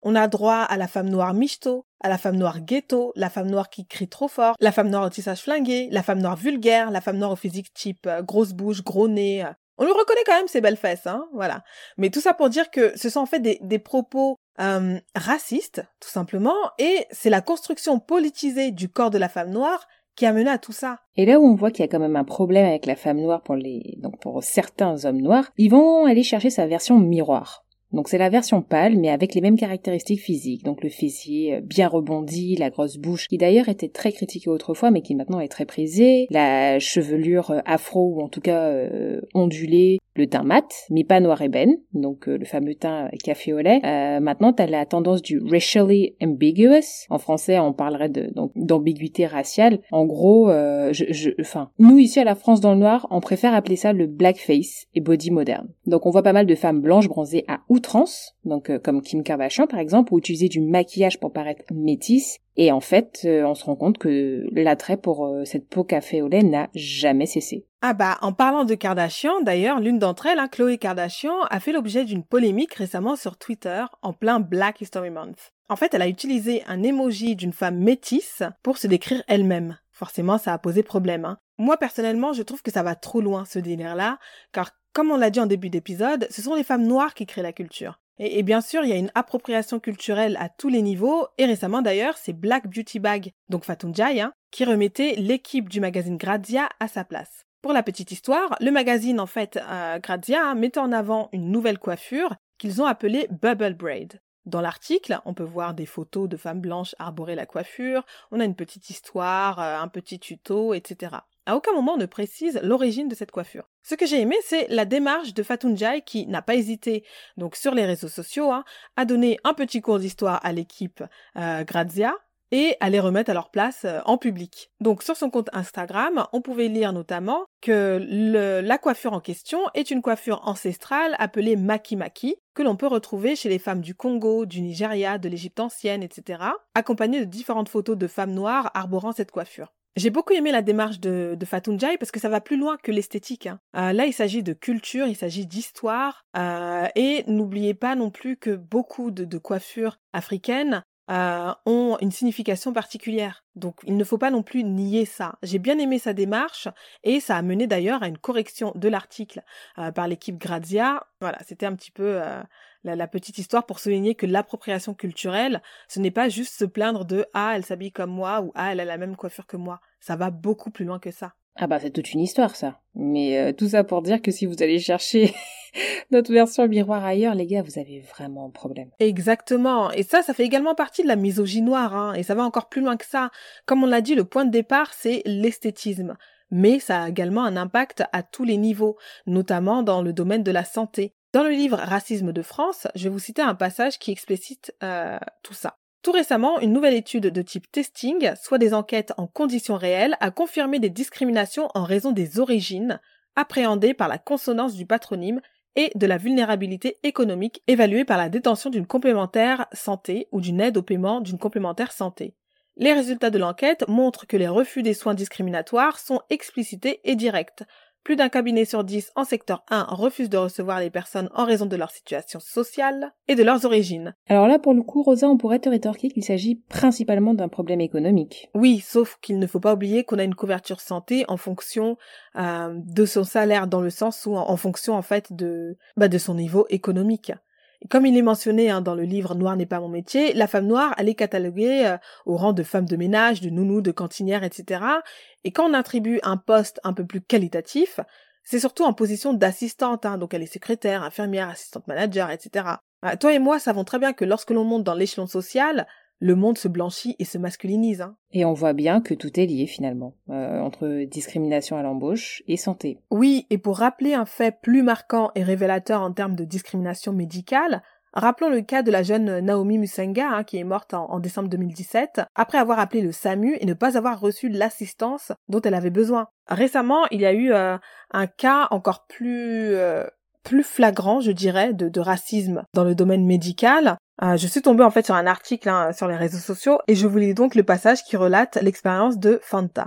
On a droit à la femme noire michto, à la femme noire ghetto, la femme noire qui crie trop fort, la femme noire au tissage flingué, la femme noire vulgaire, la femme noire au physique type euh, grosse bouche, gros nez. Euh. On lui reconnaît quand même ses belles fesses, hein, voilà. Mais tout ça pour dire que ce sont en fait des, des propos euh, racistes, tout simplement, et c'est la construction politisée du corps de la femme noire qui a mené à tout ça. Et là où on voit qu'il y a quand même un problème avec la femme noire pour les, donc pour certains hommes noirs, ils vont aller chercher sa version miroir. Donc c'est la version pâle, mais avec les mêmes caractéristiques physiques. Donc le fessier bien rebondi, la grosse bouche, qui d'ailleurs était très critiquée autrefois, mais qui maintenant est très prisée, la chevelure afro, ou en tout cas euh, ondulée, le teint mat, mais pas noir ébène, donc euh, le fameux teint café au lait. Euh, maintenant, t'as la tendance du racially ambiguous. En français, on parlerait de, donc, d'ambiguïté raciale. En gros, euh, je, je, enfin, nous ici à la France dans le noir, on préfère appeler ça le blackface et body moderne. Donc on voit pas mal de femmes blanches bronzées à outrance, donc euh, comme Kim Kardashian par exemple, ou utiliser du maquillage pour paraître métisse. Et en fait, euh, on se rend compte que l'attrait pour euh, cette peau café au lait n'a jamais cessé. Ah bah, en parlant de Kardashian, d'ailleurs, l'une d'entre elles, hein, Khloé Kardashian, a fait l'objet d'une polémique récemment sur Twitter en plein Black History Month. En fait, elle a utilisé un emoji d'une femme métisse pour se décrire elle-même. Forcément, ça a posé problème. Hein. Moi, personnellement, je trouve que ça va trop loin, ce délire-là, car comme on l'a dit en début d'épisode, ce sont les femmes noires qui créent la culture. Et, et bien sûr, il y a une appropriation culturelle à tous les niveaux, et récemment d'ailleurs, c'est Black Beauty Bag, donc Fatou Ndiaye, hein, qui remettait l'équipe du magazine Grazia à sa place. Pour la petite histoire, le magazine, en fait, euh, Grazia, hein, mettait en avant une nouvelle coiffure qu'ils ont appelée Bubble Braid. Dans l'article, on peut voir des photos de femmes blanches arborer la coiffure, on a une petite histoire, euh, un petit tuto, et cetera. À aucun moment on ne précise l'origine de cette coiffure. Ce que j'ai aimé, c'est la démarche de Fatou Ndiaye qui n'a pas hésité, donc sur les réseaux sociaux, hein, à donner un petit cours d'histoire à l'équipe euh, Grazia, et à les remettre à leur place euh, en public. Donc sur son compte Instagram, on pouvait lire notamment que le, la coiffure en question est une coiffure ancestrale appelée Maki Maki, que l'on peut retrouver chez les femmes du Congo, du Nigeria, de l'Égypte ancienne, et cetera, accompagnée de différentes photos de femmes noires arborant cette coiffure. J'ai beaucoup aimé la démarche de, de Fatou Ndiaye parce que ça va plus loin que l'esthétique. Hein. Euh, là, il s'agit de culture, il s'agit d'histoire, euh, et n'oubliez pas non plus que beaucoup de, de coiffures africaines Euh, ont une signification particulière. Donc il ne faut pas non plus nier ça. J'ai bien aimé sa démarche et ça a mené d'ailleurs à une correction de l'article euh, par l'équipe Grazia. Voilà, c'était un petit peu euh, la, la petite histoire pour souligner que l'appropriation culturelle, ce n'est pas juste se plaindre de « Ah, elle s'habille comme moi » ou « Ah, elle a la même coiffure que moi ». Ça va beaucoup plus loin que ça. Ah bah c'est toute une histoire ça. Mais euh, tout ça pour dire que si vous allez chercher notre version miroir ailleurs, les gars, vous avez vraiment un problème. Exactement. Et ça, ça fait également partie de la misogynie noire, hein. Et ça va encore plus loin que ça. Comme on l'a dit, le point de départ, c'est l'esthétisme. Mais ça a également un impact à tous les niveaux, notamment dans le domaine de la santé. Dans le livre Racisme de France, je vais vous citer un passage qui explicite euh, tout ça. Tout récemment, une nouvelle étude de type testing, soit des enquêtes en conditions réelles, a confirmé des discriminations en raison des origines, appréhendées par la consonance du patronyme et de la vulnérabilité économique évaluée par la détention d'une complémentaire santé ou d'une aide au paiement d'une complémentaire santé. Les résultats de l'enquête montrent que les refus des soins discriminatoires sont explicités et directs. Plus d'un cabinet sur dix en secteur un refuse de recevoir les personnes en raison de leur situation sociale et de leurs origines. Alors là, pour le coup, Rosa, on pourrait te rétorquer qu'il s'agit principalement d'un problème économique. Oui, sauf qu'il ne faut pas oublier qu'on a une couverture santé en fonction euh, de son salaire, dans le sens où en, en fonction en fait de, bah, de son niveau économique. Et comme il est mentionné hein, dans le livre « Noir n'est pas mon métier », la femme noire, elle est cataloguée euh, au rang de femme de ménage, de nounou, de cantinière, et cetera. Et quand on attribue un poste un peu plus qualitatif, c'est surtout en position d'assistante, hein, donc elle est secrétaire, infirmière, assistante manager, et cetera. Euh, toi et moi savons très bien que lorsque l'on monte dans l'échelon social, le monde se blanchit et se masculinise. Hein. Et on voit bien que tout est lié finalement, euh, entre discrimination à l'embauche et santé. Oui, et pour rappeler un fait plus marquant et révélateur en termes de discrimination médicale, rappelons le cas de la jeune Naomi Musenga, hein, qui est morte en, en décembre deux mille dix-sept, après avoir appelé le S A M U et ne pas avoir reçu l'assistance dont elle avait besoin. Récemment, il y a eu euh, un cas encore plus... Euh, plus flagrant, je dirais, de, de racisme dans le domaine médical. Euh, je suis tombée en fait sur un article hein, sur les réseaux sociaux et je vous lis donc le passage qui relate l'expérience de Fanta.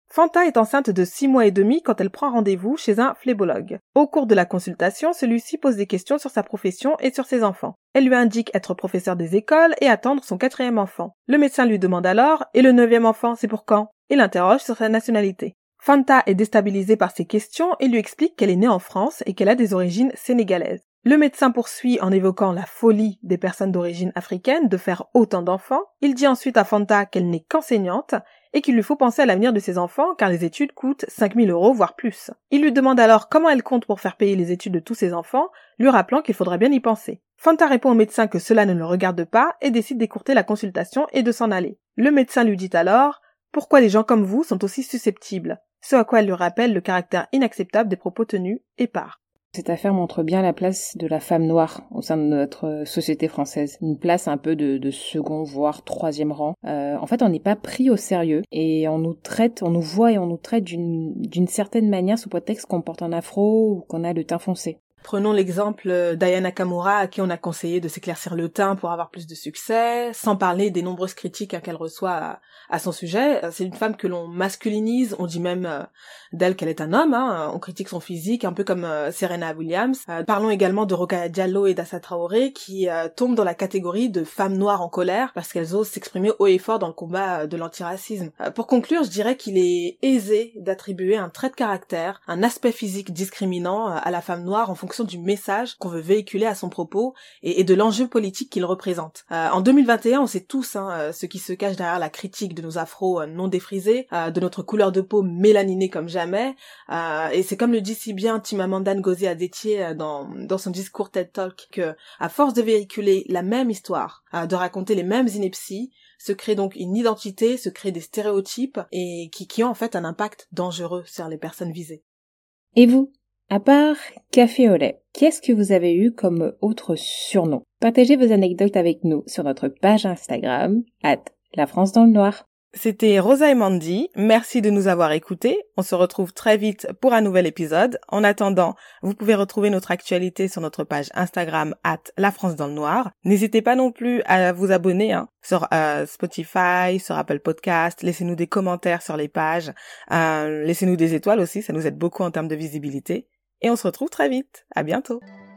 Fanta est enceinte de six mois et demi quand elle prend rendez-vous chez un phlébologue. Au cours de la consultation, celui-ci pose des questions sur sa profession et sur ses enfants. Elle lui indique être professeur des écoles et attendre son quatrième enfant. Le médecin lui demande alors « Et le neuvième enfant, c'est pour quand ?» et l'interroge sur sa nationalité. Fanta est déstabilisée par ces questions et lui explique qu'elle est née en France et qu'elle a des origines sénégalaises. Le médecin poursuit en évoquant la folie des personnes d'origine africaine de faire autant d'enfants. Il dit ensuite à Fanta qu'elle n'est qu'enseignante et qu'il lui faut penser à l'avenir de ses enfants car les études coûtent cinq mille euros voire plus. Il lui demande alors comment elle compte pour faire payer les études de tous ses enfants, lui rappelant qu'il faudrait bien y penser. Fanta répond au médecin que cela ne le regarde pas et décide d'écourter la consultation et de s'en aller. Le médecin lui dit alors « Pourquoi les gens comme vous sont aussi susceptibles ?» Ce à quoi elle lui rappelle le caractère inacceptable des propos tenus et part. Cette affaire montre bien la place de la femme noire au sein de notre société française. Une place un peu de, de second, voire troisième rang. Euh, en fait, on n'est pas pris au sérieux et on nous traite, on nous voit et on nous traite d'une, d'une certaine manière sous prétexte qu'on porte un afro ou qu'on a le teint foncé. Prenons l'exemple d'Aya Nakamura à qui on a conseillé de s'éclaircir le teint pour avoir plus de succès, sans parler des nombreuses critiques qu'elle reçoit à, à son sujet. C'est une femme que l'on masculinise, on dit même euh, d'elle qu'elle est un homme, hein. On critique son physique, un peu comme euh, Serena Williams. Euh, parlons également de Rokhaya Diallo et d'Assa Traoré qui euh, tombent dans la catégorie de femmes noires en colère parce qu'elles osent s'exprimer haut et fort dans le combat de l'antiracisme. Euh, pour conclure, je dirais qu'il est aisé d'attribuer un trait de caractère, un aspect physique discriminant à la femme noire en fonction du message qu'on veut véhiculer à son propos et, et de l'enjeu politique qu'il représente. Euh, en deux mille vingt et un, on sait tous hein, ce qui se cache derrière la critique de nos afros non défrisés, euh, de notre couleur de peau mélaninée comme jamais, euh, et c'est comme le dit si bien Chimamanda Ngozi Adichie dans, dans son discours TED Talk que, à force de véhiculer la même histoire, euh, de raconter les mêmes inepties, se crée donc une identité, se créent des stéréotypes et qui, qui ont en fait un impact dangereux sur les personnes visées. Et vous ? À part café au lait, qu'est-ce que vous avez eu comme autre surnom ? Partagez vos anecdotes avec nous sur notre page Instagram, arobase la France dans le noir. C'était Rosa et Mandy, merci de nous avoir écoutés. On se retrouve très vite pour un nouvel épisode. En attendant, vous pouvez retrouver notre actualité sur notre page Instagram arobase la France dans le noir. N'hésitez pas non plus à vous abonner hein, sur euh, Spotify, sur Apple Podcast. Laissez-nous des commentaires sur les pages. Euh, laissez-nous des étoiles aussi, ça nous aide beaucoup en termes de visibilité. Et on se retrouve très vite. À bientôt.